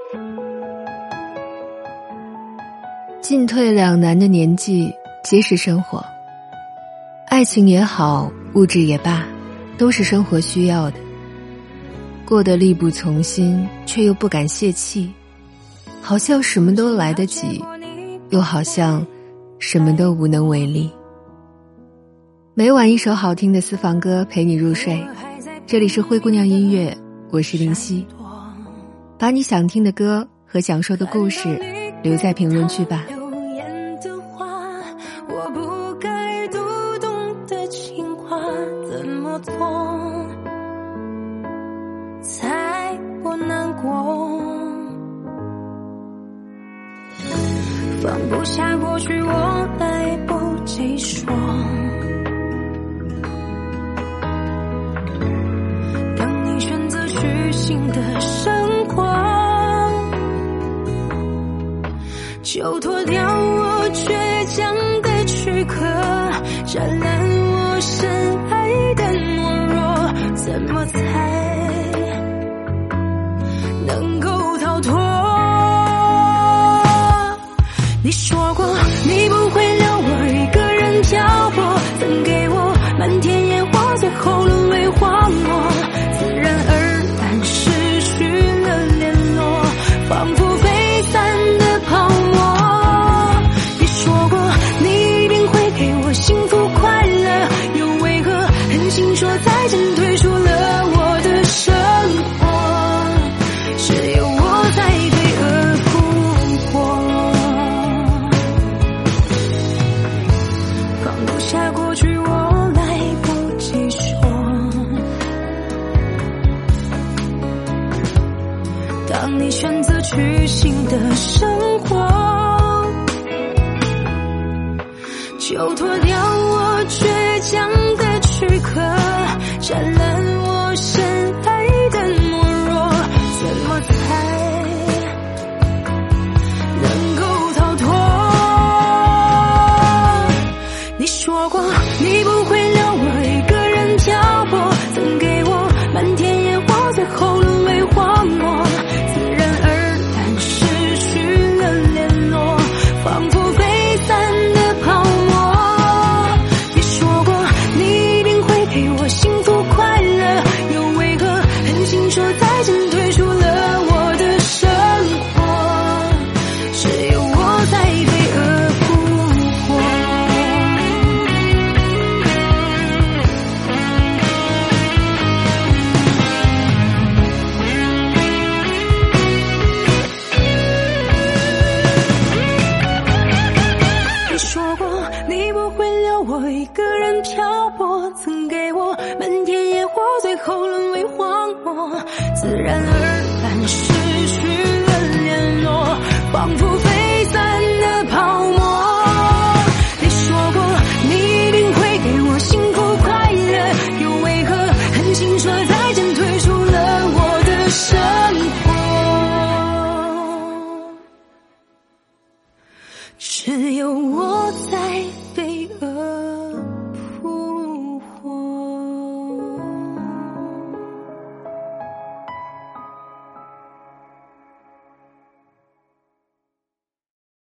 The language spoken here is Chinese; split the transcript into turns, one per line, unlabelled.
进退两难的年纪皆是生活，爱情也好，物质也罢，都是生活需要的。过得力不从心，却又不敢泄气，好像什么都来得及，又好像什么都无能为力。每晚一首好听的私房歌陪你入睡，这里是灰姑娘音乐，我是林夕。把你想听的歌和想说的故事留在评论区吧。
我不该读懂的情话怎么做才不难过，放不下过去我来不及说，当你选择去新的生活，就脱掉我倔强的躯壳，斩烂我深爱的懦弱，怎么才能够逃脱？你说过你不会留我一个人漂泊，曾给我漫天烟花，最后沦为荒漠，自然而然失去了联络，仿佛飞散的泡沫。你说过你一定会给我幸福快乐，又为何狠心说再见，退出了我的生活，只有我在对恶复活，放不下过去我来不及说，当你选择去新的生活，就脱掉我倔强的躯壳，斩烂我深爱的懦弱，怎么才能够逃脱？你说过你不会留我一个人漂泊，曾给我漫天烟花，最后沦为荒漠，自然而然失去了联络，仿佛飞散的泡沫。你说过你一定会给我幸福快乐，又为何狠心说再见，退出了我的生活，只有我在对恶复活。你说过你不会留我一个人漂泊，曾给我漫天烟花，最后沦为荒漠，自然而然失去了联络，仿佛